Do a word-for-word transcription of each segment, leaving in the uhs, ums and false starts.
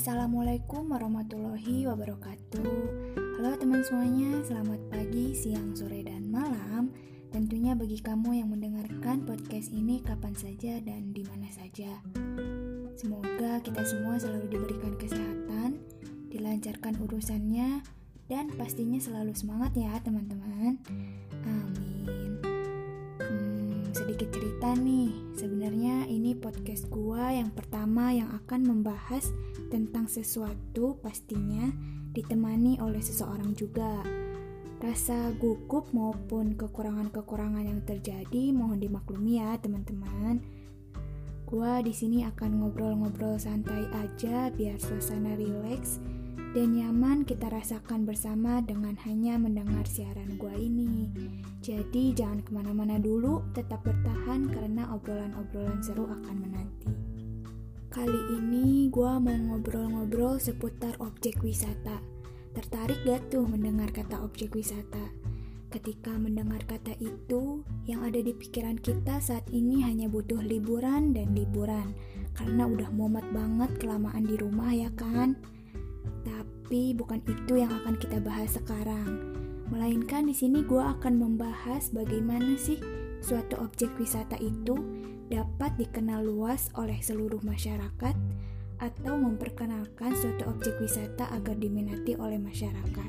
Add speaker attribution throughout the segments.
Speaker 1: Assalamualaikum warahmatullahi wabarakatuh. Halo teman semuanya, selamat pagi, siang, sore, dan malam. Tentunya bagi kamu yang mendengarkan podcast ini kapan saja dan di mana saja. Semoga kita semua selalu diberikan kesehatan, dilancarkan urusannya, dan pastinya selalu semangat ya teman-teman. Amin. Hmm, sedikit cerita nih, sebenarnya ini podcast gua yang pertama yang akan membahas tentang sesuatu, pastinya ditemani oleh seseorang juga. Rasa gugup maupun kekurangan-kekurangan yang terjadi mohon dimaklumi ya teman-teman. Gua di sini akan ngobrol-ngobrol santai aja biar suasana rileks dan nyaman kita rasakan bersama dengan hanya mendengar siaran gua ini. Jadi jangan kemana-mana dulu, tetap bertahan karena obrolan-obrolan seru akan menanti. Kali ini gua mau ngobrol-ngobrol seputar objek wisata. Tertarik gak tuh mendengar kata objek wisata? Ketika mendengar kata itu, yang ada di pikiran kita saat ini hanya butuh liburan dan liburan, karena udah mumet banget kelamaan di rumah ya kan? Tapi bukan itu yang akan kita bahas sekarang. Melainkan di sini gue akan membahas bagaimana sih suatu objek wisata itu dapat dikenal luas oleh seluruh masyarakat atau memperkenalkan suatu objek wisata agar diminati oleh masyarakat.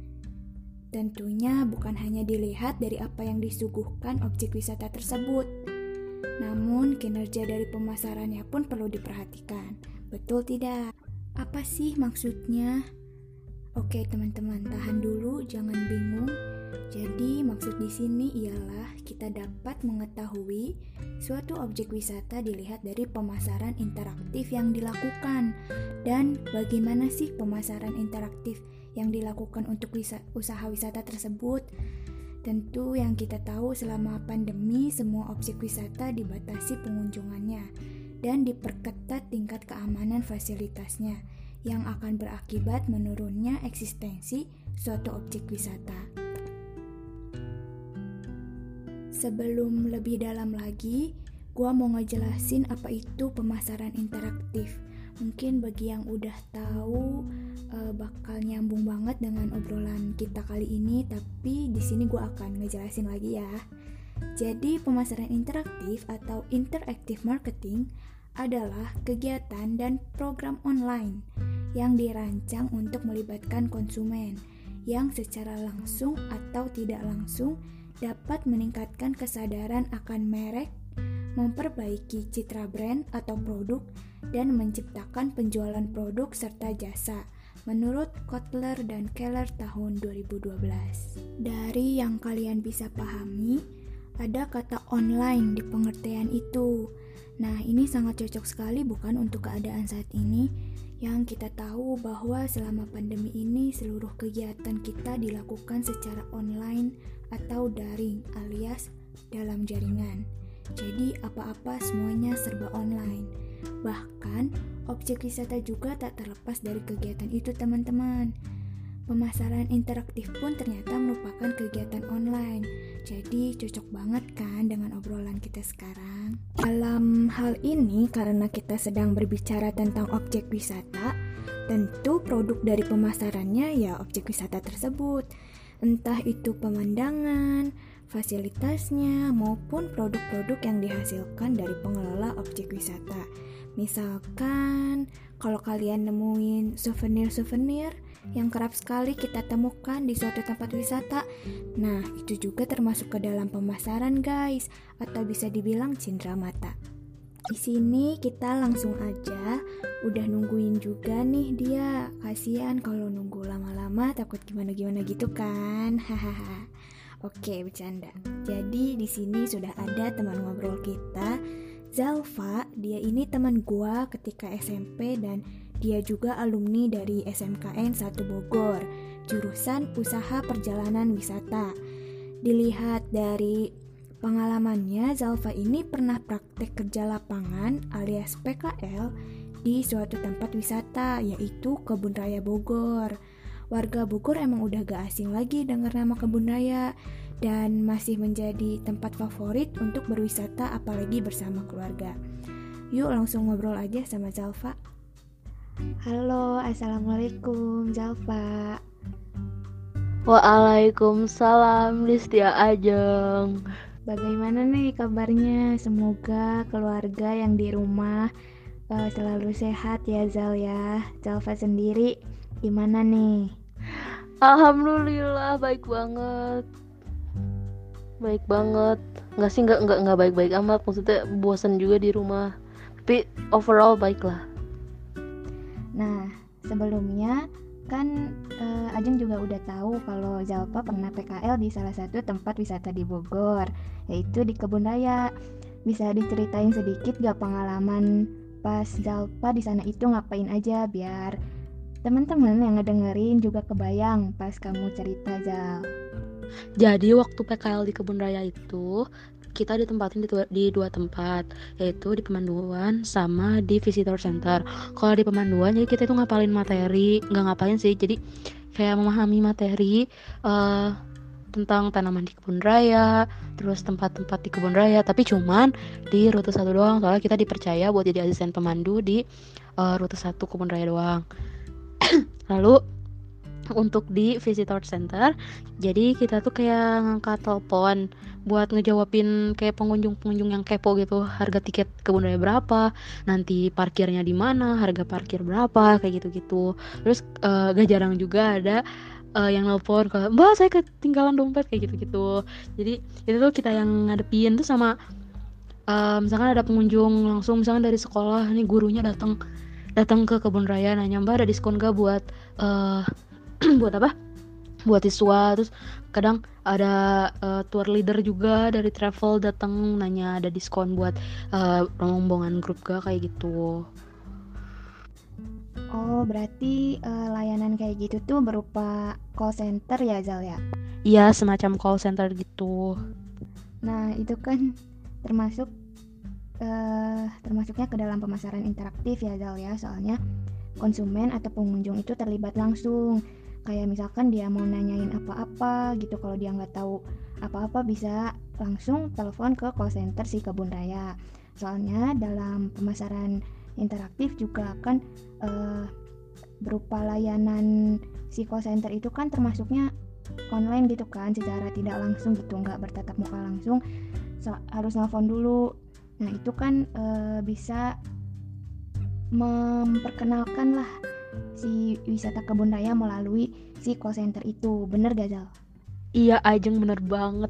Speaker 1: Tentunya bukan hanya dilihat dari apa yang disuguhkan objek wisata tersebut, namun kinerja dari pemasarannya pun perlu diperhatikan. Betul tidak? Apa sih maksudnya? Oke teman-teman, tahan dulu, jangan bingung. Jadi maksud di sini ialah kita dapat mengetahui suatu objek wisata dilihat dari pemasaran interaktif yang dilakukan. Dan bagaimana sih pemasaran interaktif yang dilakukan untuk wisa- usaha wisata tersebut? Tentu yang kita tahu selama pandemi semua objek wisata dibatasi pengunjungannya dan diperketat tingkat keamanan fasilitasnya yang akan berakibat menurunnya eksistensi suatu objek wisata. Sebelum lebih dalam lagi, gua mau ngejelasin apa itu pemasaran interaktif. Mungkin bagi yang udah tahu uh, bakal nyambung banget dengan obrolan kita kali ini, tapi di sini gua akan ngejelasin lagi ya. Jadi pemasaran interaktif atau interactive marketing adalah kegiatan dan program online yang dirancang untuk melibatkan konsumen yang secara langsung atau tidak langsung dapat meningkatkan kesadaran akan merek, memperbaiki citra brand atau produk, dan menciptakan penjualan produk serta jasa menurut Kotler dan Keller tahun dua ribu dua belas. Dari yang kalian bisa pahami, ada kata online di pengertian itu. Nah, ini sangat cocok sekali bukan untuk keadaan saat ini yang kita tahu bahwa selama pandemi ini seluruh kegiatan kita dilakukan secara online atau daring alias dalam jaringan. Jadi apa-apa semuanya serba online. Bahkan objek wisata juga tak terlepas dari kegiatan itu teman-teman. Pemasaran interaktif pun ternyata merupakan kegiatan online. Jadi cocok banget kan dengan obrolan kita sekarang. Dalam hal ini karena kita sedang berbicara tentang objek wisata, tentu produk dari pemasarannya ya objek wisata tersebut. Entah itu pemandangan, fasilitasnya, maupun produk-produk yang dihasilkan dari pengelola objek wisata. Misalkan kalau kalian nemuin souvenir-souvenir yang kerap sekali kita temukan di suatu tempat wisata, nah itu juga termasuk ke dalam pemasaran guys, atau bisa dibilang cindera mata. Di sini kita langsung aja, udah nungguin juga nih dia. Kasian kalau nunggu lama-lama takut gimana-gimana gitu kan. Hahaha. Oke, bercanda. Jadi di sini sudah ada teman ngobrol kita, Zalfa. Dia ini teman gua ketika S M P dan dia juga alumni dari S M K N satu Bogor, jurusan Usaha Perjalanan Wisata. Dilihat dari pengalamannya, Zalfa ini pernah praktek kerja lapangan alias P K L di suatu tempat wisata, yaitu Kebun Raya Bogor. Warga Bogor emang udah gak asing lagi dengar nama Kebun Raya dan masih menjadi tempat favorit untuk berwisata apalagi bersama keluarga. Yuk langsung ngobrol aja sama Zalfa. Halo, Assalamualaikum, Zalfa.
Speaker 2: Waalaikumsalam Listia Ajeng.
Speaker 1: Bagaimana nih kabarnya? Semoga keluarga yang di rumah eh, selalu sehat ya, Zal ya. Zalfa sendiri gimana nih?
Speaker 2: Alhamdulillah baik banget. Baik banget. Nggak sih nggak nggak nggak baik-baik amat. Maksudnya bosan juga di rumah. Tapi overall baik lah.
Speaker 1: Nah, sebelumnya kan eh, Ajeng juga udah tahu kalau Zalfa pernah P K L di salah satu tempat wisata di Bogor, yaitu di Kebun Raya. Bisa diceritain sedikit gak pengalaman pas Zalfa di sana itu ngapain aja biar teman-teman yang ngedengerin juga kebayang pas kamu cerita, Zal.
Speaker 2: Jadi waktu P K L di Kebun Raya itu kita ditempatin di dua, di dua tempat, yaitu di pemanduan sama di visitor center. Kalau di pemanduan jadi kita itu ngapalin materi, nggak ngapalin sih, jadi kayak memahami materi uh, tentang tanaman di kebun raya, terus tempat-tempat di kebun raya, tapi cuman di rute satu doang, soalnya kita dipercaya buat jadi asisten pemandu di uh, rute satu kebun raya doang. Lalu untuk di visitor center, jadi kita tuh kayak ngangkat telepon buat ngejawabin kayak pengunjung-pengunjung yang kepo gitu, harga tiket kebun raya berapa, nanti parkirnya di mana, harga parkir berapa, kayak gitu-gitu. Terus uh, gak jarang juga ada uh, yang nelpon kalau mbak saya ketinggalan dompet, kayak gitu-gitu. Jadi itu tuh kita yang ngadepin tuh sama uh, misalkan ada pengunjung langsung, misalkan dari sekolah nih gurunya datang datang ke kebun raya nanya mbak ada diskon gak buat uh, buat apa buat siswa. Terus kadang ada uh, tour leader juga dari travel datang nanya ada diskon buat uh, rombongan grup gak, kayak gitu.
Speaker 1: Oh, berarti eh, layanan kayak gitu tuh berupa call center ya, Zal ya?
Speaker 2: Iya, semacam call center gitu.
Speaker 1: Nah, itu kan termasuk eh, termasuknya ke dalam pemasaran interaktif ya, Zal ya. Soalnya konsumen atau pengunjung itu terlibat langsung. Kayak misalkan dia mau nanyain apa-apa gitu, kalau dia nggak tahu apa-apa bisa langsung telepon ke call center si Kebun Raya. Soalnya dalam pemasaran interaktif juga kan eh, berupa layanan si call center itu kan termasuknya online gitu kan, secara tidak langsung gitu, nggak bertatap muka langsung, so, harus nelfon dulu. Nah itu kan e, bisa memperkenalkan lah si wisata kebun raya melalui si call center itu, bener gak, Zal?
Speaker 2: Iya Ajeng, bener banget.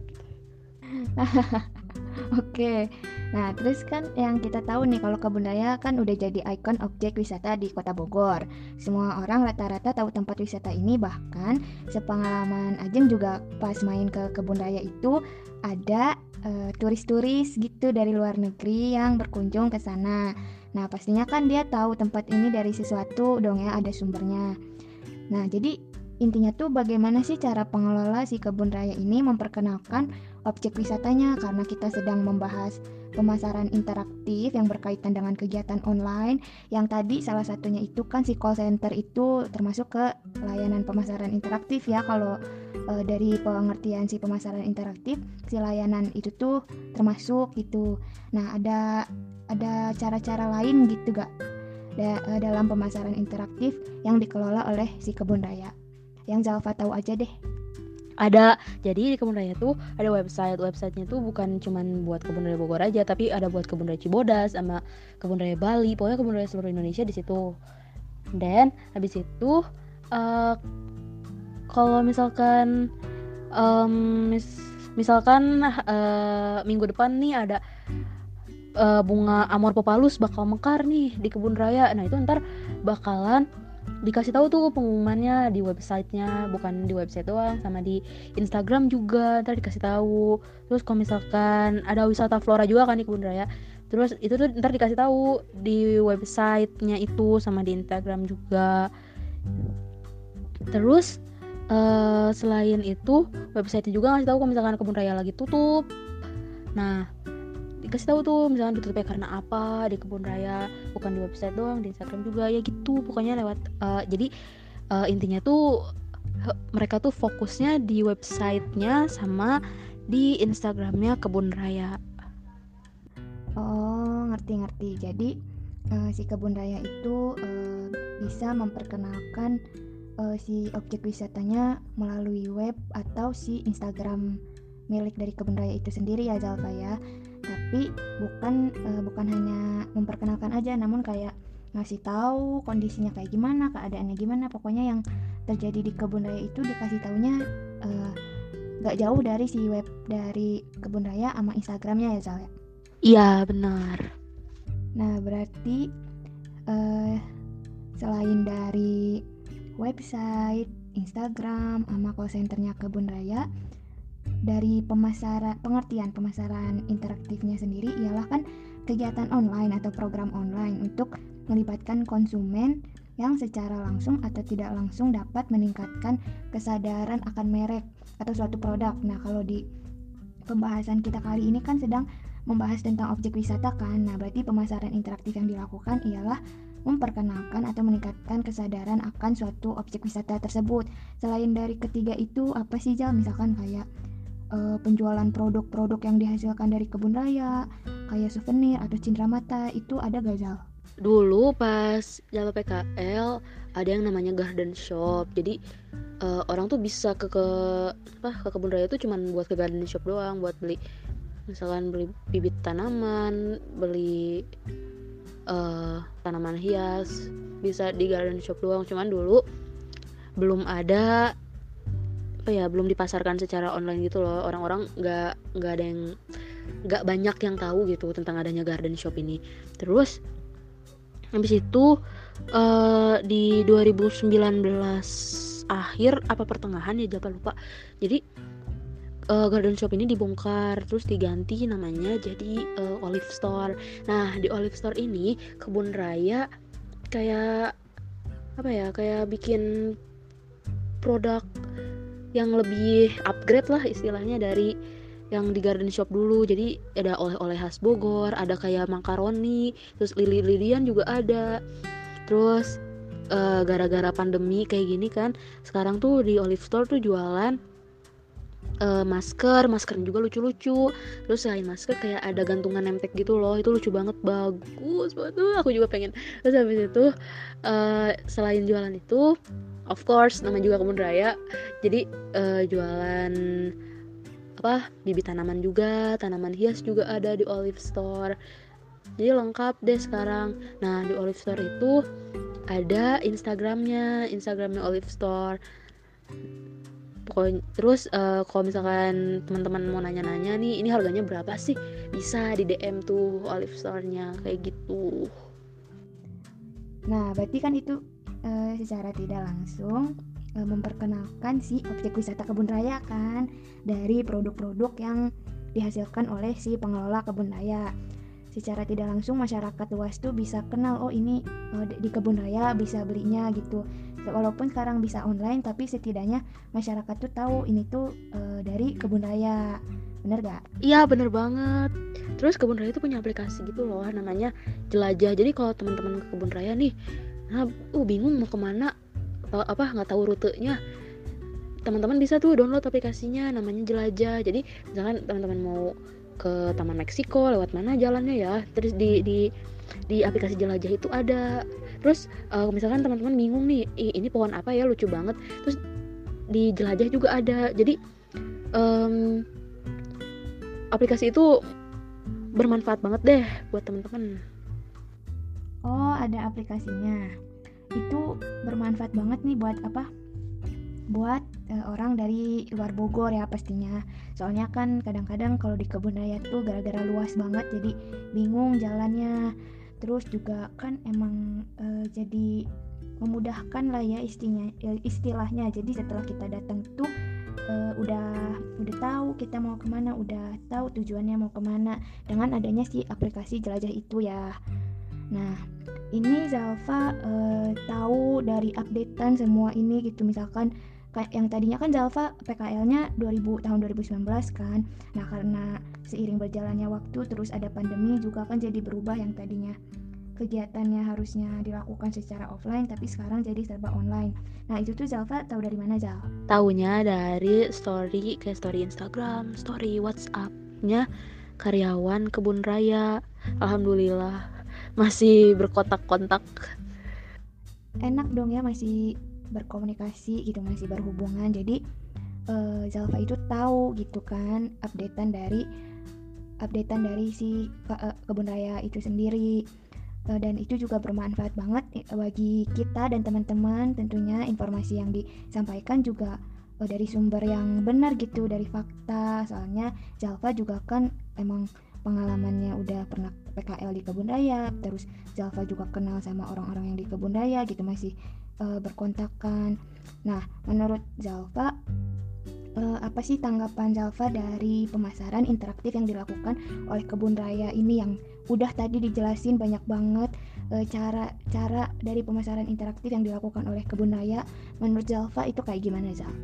Speaker 1: Oke, nah terus kan yang kita tahu nih kalau Kebun Raya kan udah jadi ikon objek wisata di Kota Bogor. Semua orang rata-rata tahu tempat wisata ini, bahkan sepengalaman Ajeng juga pas main ke Kebun Raya itu ada uh, turis-turis gitu dari luar negeri yang berkunjung ke sana. Nah pastinya kan dia tahu tempat ini dari sesuatu dong ya, ada sumbernya. Nah jadi intinya tuh bagaimana sih cara pengelola si Kebun Raya ini memperkenalkan objek wisatanya, karena kita sedang membahas pemasaran interaktif yang berkaitan dengan kegiatan online yang tadi salah satunya itu kan si call center itu termasuk ke layanan pemasaran interaktif ya. Kalau e, dari pengertian si pemasaran interaktif, si layanan itu tuh termasuk gitu. Nah ada ada cara-cara lain gitu gak da, e, dalam pemasaran interaktif yang dikelola oleh si Kebun Raya yang Zalfa tahu aja deh?
Speaker 2: Ada, jadi di Kebun Raya tuh ada website, websitenya tuh bukan cuman buat Kebun Raya Bogor aja, tapi ada buat Kebun Raya Cibodas sama Kebun Raya Bali, pokoknya Kebun Raya seluruh Indonesia di situ. Dan habis itu uh, kalau misalkan um, mis- misalkan uh, minggu depan nih ada uh, bunga Amorphophallus bakal mekar nih di Kebun Raya, nah itu ntar bakalan dikasih tahu tuh pengumumannya di websitenya, bukan di website doang, sama di Instagram juga ntar dikasih tahu. Terus kalau misalkan ada wisata flora juga kan di Kebun Raya, terus itu tuh ntar dikasih tahu di websitenya itu sama di Instagram juga. Terus uh, selain itu websitenya juga ngasih tahu kalau misalkan Kebun Raya lagi tutup. Nah dikasih tahu tuh misalkan ditutupnya karena apa di Kebun Raya, bukan di website doang, di Instagram juga ya gitu, pokoknya lewat uh, jadi uh, intinya tuh mereka tuh fokusnya di websitenya sama di Instagramnya Kebun Raya.
Speaker 1: Oh, ngerti-ngerti. Jadi uh, si kebun raya itu uh, bisa memperkenalkan uh, si objek wisatanya melalui web atau si Instagram milik dari kebun raya itu sendiri ya Zalfa ya. Tapi bukan uh, bukan hanya memperkenalkan aja, namun kayak ngasih tahu kondisinya kayak gimana, keadaannya gimana, pokoknya yang terjadi di kebun raya itu dikasih taunya uh, gak jauh dari si web dari kebun raya sama Instagramnya ya Zal ya.
Speaker 2: Iya benar.
Speaker 1: Nah berarti uh, selain dari website, Instagram, sama call centernya kebun raya, dari pemasaran pengertian pemasaran interaktifnya sendiri ialah kan kegiatan online atau program online untuk melibatkan konsumen yang secara langsung atau tidak langsung dapat meningkatkan kesadaran akan merek atau suatu produk. Nah, kalau di pembahasan kita kali ini kan sedang membahas tentang objek wisata kan. Nah, berarti pemasaran interaktif yang dilakukan ialah memperkenalkan atau meningkatkan kesadaran akan suatu objek wisata tersebut. Selain dari ketiga itu apa sih Jal? Misalkan kayak uh, penjualan produk-produk yang dihasilkan dari kebun raya, kayak souvenir atau cindramata, itu ada gak Zal?
Speaker 2: Dulu pas Jalan P K L ada yang namanya garden shop. Jadi uh, orang tuh bisa ke ke apa ke kebun raya tuh cuman buat ke garden shop doang, buat beli misalkan beli bibit tanaman, beli uh, tanaman hias, bisa di garden shop doang. Cuman dulu belum ada apa ya, belum dipasarkan secara online gitu loh. Orang-orang nggak nggak ada yang nggak banyak yang tahu gitu tentang adanya garden shop ini. Terus habis itu uh, di dua ribu sembilan belas akhir apa pertengahan ya, jangan lupa. Jadi uh, garden shop ini dibongkar terus diganti namanya jadi uh, Olive Store. Nah, di Olive Store ini kebun raya kayak apa ya? Kayak bikin produk yang lebih upgrade lah istilahnya dari yang di garden shop dulu. Jadi ada oleh-oleh khas Bogor, ada kayak makaroni, terus lili-lilian juga ada. Terus uh, gara-gara pandemi kayak gini kan, sekarang tuh di Olive Store tuh jualan uh, masker, maskernya juga lucu-lucu. Terus selain masker kayak ada gantungan nemtek gitu loh, itu lucu banget, bagus banget tuh, aku juga pengen. Terus habis itu uh, selain jualan itu, of course namanya juga kebun raya, jadi uh, jualan apa bibit tanaman juga, tanaman hias juga ada di Olive Store. Jadi lengkap deh sekarang. Nah, di Olive Store itu ada Instagramnya, Instagramnya Olive Store. Pokoknya terus uh, kalau misalkan teman-teman mau nanya-nanya nih, ini harganya berapa sih? Bisa di D M tuh Olive Store-nya kayak gitu.
Speaker 1: Nah, berarti kan itu uh, secara tidak langsung memperkenalkan si objek wisata kebun raya kan, dari produk-produk yang dihasilkan oleh si pengelola kebun raya. Secara tidak langsung masyarakat luas tuh bisa kenal, oh ini oh, di kebun raya bisa belinya gitu. Walaupun sekarang bisa online, tapi setidaknya masyarakat tuh tahu ini tuh uh, dari kebun raya. Bener gak?
Speaker 2: Iya bener banget. Terus kebun raya itu punya aplikasi gitu loh, namanya Jelajah. Jadi kalau teman-teman ke kebun raya nih, nah, uh bingung mau kemana, apa nggak tahu rutenya, teman-teman bisa tuh download aplikasinya namanya Jelajah. Jadi misalkan teman-teman mau ke Taman Meksiko, lewat mana jalannya ya, terus di di di aplikasi Jelajah itu ada. Terus uh, misalkan teman-teman bingung nih, ini pohon apa ya lucu banget, terus di Jelajah juga ada. Jadi um, aplikasi itu bermanfaat banget deh buat teman-teman.
Speaker 1: Oh, ada aplikasinya. Itu bermanfaat banget nih buat apa? Buat uh, orang dari luar Bogor ya pastinya. Soalnya kan kadang-kadang kalau di kebun raya tuh gara-gara luas banget jadi bingung jalannya. Terus juga kan emang uh, jadi memudahkan lah ya istilahnya, istilahnya. Jadi setelah kita datang tuh uh, udah udah tahu kita mau kemana, udah tahu tujuannya mau kemana dengan adanya si aplikasi Jelajah itu ya. Nah, ini Zalfa uh, tahu dari updatean semua ini gitu. Misalkan kayak yang tadinya kan Zalfa P K L-nya dua ribu tahun dua ribu sembilan belas kan. Nah, karena seiring berjalannya waktu terus ada pandemi juga kan jadi berubah, yang tadinya kegiatannya harusnya dilakukan secara offline tapi sekarang jadi serba online. Nah, itu tuh Zalfa tahu dari mana, Zal?
Speaker 2: Taunya dari story, kayak story Instagram, story WhatsApp-nya karyawan kebun raya. Alhamdulillah masih berkontak-kontak.
Speaker 1: Enak dong ya, masih berkomunikasi gitu, masih berhubungan. Jadi uh, Zalfa itu tahu gitu kan updatean dari updatean dari si uh, kebun raya itu sendiri, uh, dan itu juga bermanfaat banget bagi kita dan teman-teman. Tentunya informasi yang disampaikan juga uh, dari sumber yang benar gitu, dari fakta. Soalnya Zalfa juga kan emang pengalamannya udah pernah P K L di kebun raya, terus Zalfa juga kenal sama orang-orang yang di kebun raya gitu, masih uh, berkontakan. Nah, menurut Zalfa, uh, apa sih tanggapan Zalfa dari pemasaran interaktif yang dilakukan oleh kebun raya ini, yang udah tadi dijelasin banyak banget uh, cara-cara dari pemasaran interaktif yang dilakukan oleh kebun raya. Menurut Zalfa itu kayak gimana, Zal?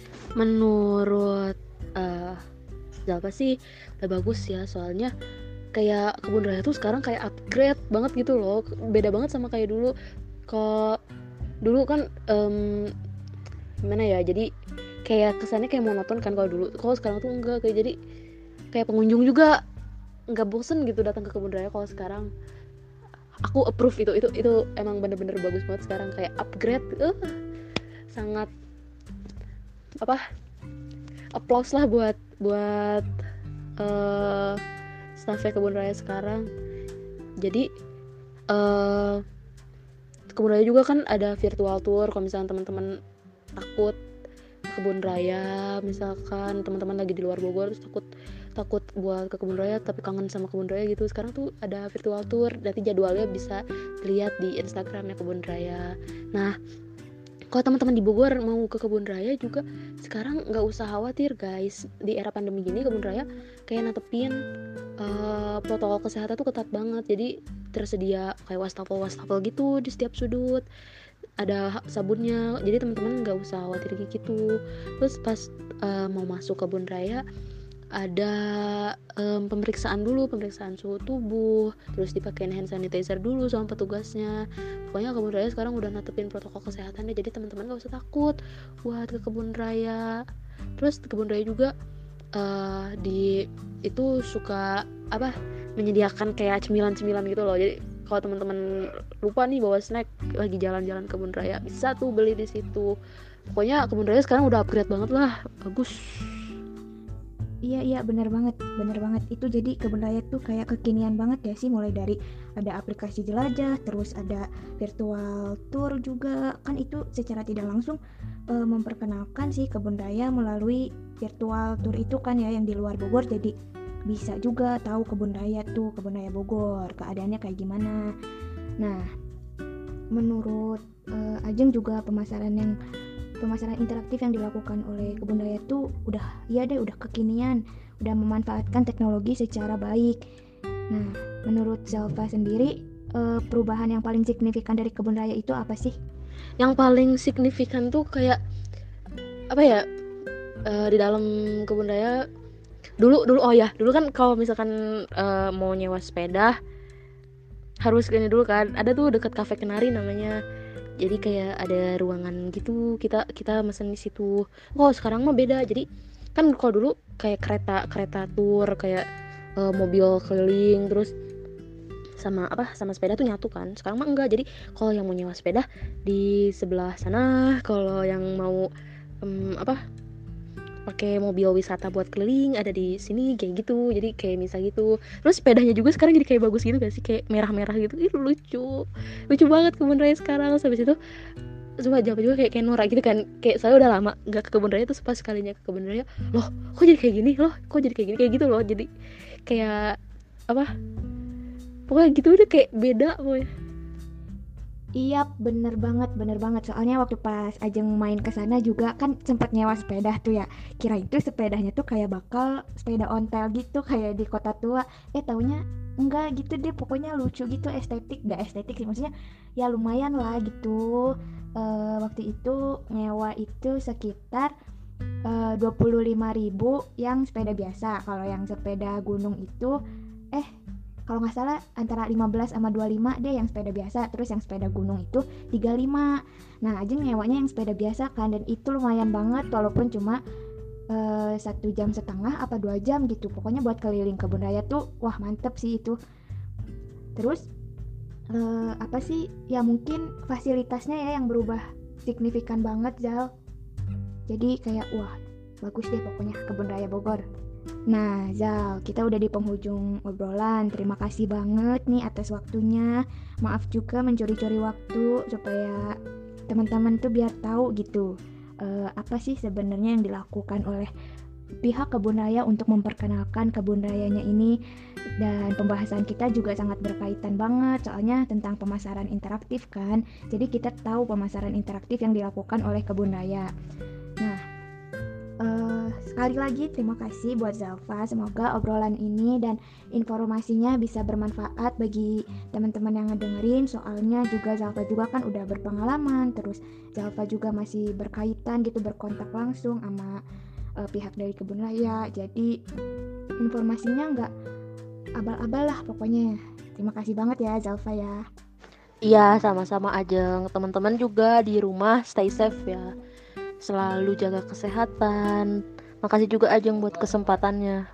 Speaker 2: Menurut uh, Zalfa sih udah bagus ya, soalnya kayak kebun raya tuh sekarang kayak upgrade banget gitu loh, beda banget sama kayak dulu. Kalau dulu kan um, gimana ya, jadi kayak kesannya kayak monoton kan kalau dulu. Kalau sekarang tuh enggak, kayak jadi kayak pengunjung juga nggak bosen gitu datang ke kebun raya. Kalau sekarang aku approve itu itu itu emang bener-bener bagus banget sekarang, kayak upgrade, uh, sangat apa applause lah buat buat uh, staffnya kebun raya sekarang. Jadi uh, kebun raya juga kan ada virtual tour. Kalau misalnya teman-teman takut ke kebun raya, misalkan teman-teman lagi di luar Bogor terus takut takut buat ke kebun raya tapi kangen sama kebun raya gitu, sekarang tuh ada virtual tour. Nanti jadwalnya bisa dilihat di Instagramnya kebun raya. Nah, kalau teman-teman di Bogor mau ke kebun raya juga sekarang nggak usah khawatir guys. Di era pandemi gini kebun raya kayak natepin uh, protokol kesehatan tuh ketat banget. Jadi tersedia kayak wastafel-wastafel gitu di setiap sudut, ada sabunnya. Jadi teman-teman nggak usah khawatir gitu. Terus pas uh, mau masuk kebun raya ada um, pemeriksaan dulu, pemeriksaan suhu tubuh, terus dipakein hand sanitizer dulu sama petugasnya. Pokoknya kebun raya sekarang udah natepin protokol kesehatannya, jadi teman-teman gak usah takut buat ke kebun raya. Terus kebun raya juga uh, di itu suka apa menyediakan kayak cemilan-cemilan gitu loh. Jadi kalau teman-teman lupa nih bawa snack lagi jalan-jalan kebun raya, bisa tuh beli di situ. Pokoknya kebun raya sekarang udah upgrade banget lah, bagus.
Speaker 1: Iya iya benar banget, benar banget. Itu jadi kebun raya tuh kayak kekinian banget ya sih, mulai dari ada aplikasi jelajah, terus ada virtual tour juga. Kan itu secara tidak langsung e, memperkenalkan sih kebun raya melalui virtual tour itu kan ya, yang di luar Bogor. Jadi bisa juga tahu kebun raya tuh, kebun raya Bogor, keadaannya kayak gimana. Nah, menurut e, Ajeng juga pemasaran yang pemasaran interaktif yang dilakukan oleh kebun raya tuh udah ya deh udah kekinian, udah memanfaatkan teknologi secara baik. Nah, menurut Zalfa sendiri eh, perubahan yang paling signifikan dari kebun raya itu apa sih?
Speaker 2: Yang paling signifikan tuh kayak apa ya, uh, di dalam kebun raya dulu dulu oh ya dulu kan kalau misalkan uh, mau nyewa sepeda harus gini dulu kan, ada tuh dekat Cafe Kenari namanya. Jadi kayak ada ruangan gitu, kita kita mesen di situ. Oh sekarang mah beda. Jadi kan kalau dulu kayak kereta kereta tour, kayak uh, mobil keliling, terus sama apa sama sepeda tuh nyatu kan. Sekarang mah enggak. Jadi kalau yang mau nyewa sepeda di sebelah sana, kalau yang mau um, apa pakai mobil wisata buat keliling ada di sini kayak gitu. Jadi kayak misal gitu. Terus sepedanya juga sekarang jadi kayak bagus gitu gak sih, kayak merah-merah gitu. Ih lucu. Lucu banget kebun raya sekarang. Habis itu coba jawab juga kayak kayak Nora gitu kan. Kayak saya udah lama enggak ke kebun raya, terus pas sekalinya ke kebun raya, loh kok jadi kayak gini? Loh kok jadi kayak gini? Kayak gitu loh. Jadi kayak apa? Pokoknya gitu udah kayak beda pokoknya.
Speaker 1: Iya bener banget, bener banget. Soalnya waktu pas Ajeng main ke sana juga kan sempat nyewa sepeda tuh ya. Kirain tuh sepedanya tuh kayak bakal sepeda ontel gitu kayak di kota tua. Eh taunya enggak gitu deh. Pokoknya lucu gitu, estetik, gak estetik sih maksudnya. Ya lumayan lah gitu. E, waktu itu nyewa itu sekitar e, dua puluh lima ribu yang sepeda biasa. Kalau yang sepeda gunung itu eh kalau nggak salah antara lima belas sama dua puluh lima deh yang sepeda biasa. Terus yang sepeda gunung itu tiga puluh lima. Nah Ajeng nyewanya yang sepeda biasa kan, dan itu lumayan banget walaupun cuma uh, satu jam setengah apa dua jam gitu. Pokoknya buat keliling kebun raya tuh wah mantep sih itu. Terus uh, apa sih ya, mungkin fasilitasnya ya yang berubah signifikan banget Zal. Jadi kayak wah bagus deh pokoknya Kebun Raya Bogor. Nah Zal, kita udah di penghujung obrolan. Terima kasih banget nih atas waktunya. Maaf juga mencuri-curi waktu supaya teman-teman tuh biar tahu gitu uh, apa sih sebenarnya yang dilakukan oleh pihak Kebun Raya untuk memperkenalkan kebun rayanya ini. Dan pembahasan kita juga sangat berkaitan banget soalnya tentang pemasaran interaktif kan. Jadi kita tahu pemasaran interaktif yang dilakukan oleh Kebun Raya. Nah uh, sekali lagi terima kasih buat Zalfa. Semoga obrolan ini dan informasinya bisa bermanfaat bagi teman-teman yang ngedengerin. Soalnya juga Zalfa juga kan udah berpengalaman, terus Zalfa juga masih berkaitan gitu, berkontak langsung sama uh, pihak dari Kebun Raya. Jadi informasinya nggak abal-abal lah pokoknya. Terima kasih banget ya Zalfa ya.
Speaker 2: Iya, sama-sama Ajeng. Teman-teman juga di rumah stay safe ya. Selalu jaga kesehatan. Makasih juga Ajeng buat kesempatannya.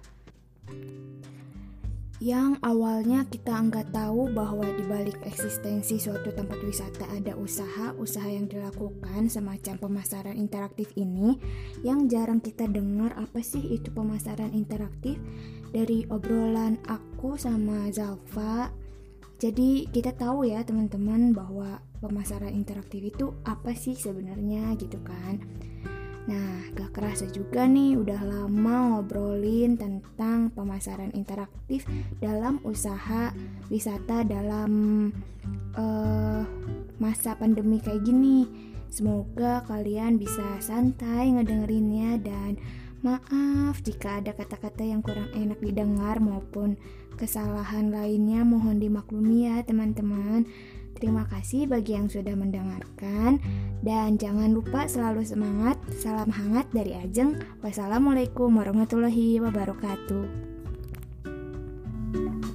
Speaker 1: Yang awalnya kita nggak tahu bahwa di balik eksistensi suatu tempat wisata ada usaha-usaha yang dilakukan semacam pemasaran interaktif ini. Yang jarang kita dengar apa sih itu pemasaran interaktif. Dari obrolan aku sama Zalfa, jadi kita tahu ya teman-teman bahwa pemasaran interaktif itu apa sih sebenarnya gitu kan. Nah, gak kerasa juga nih udah lama ngobrolin tentang pemasaran interaktif dalam usaha wisata dalam uh, masa pandemi kayak gini. Semoga kalian bisa santai ngedengerinnya dan maaf jika ada kata-kata yang kurang enak didengar maupun kesalahan lainnya, mohon dimaklumi ya teman-teman. Terima kasih bagi yang sudah mendengarkan dan jangan lupa selalu semangat. Salam hangat dari Ajeng. Wassalamualaikum warahmatullahi wabarakatuh.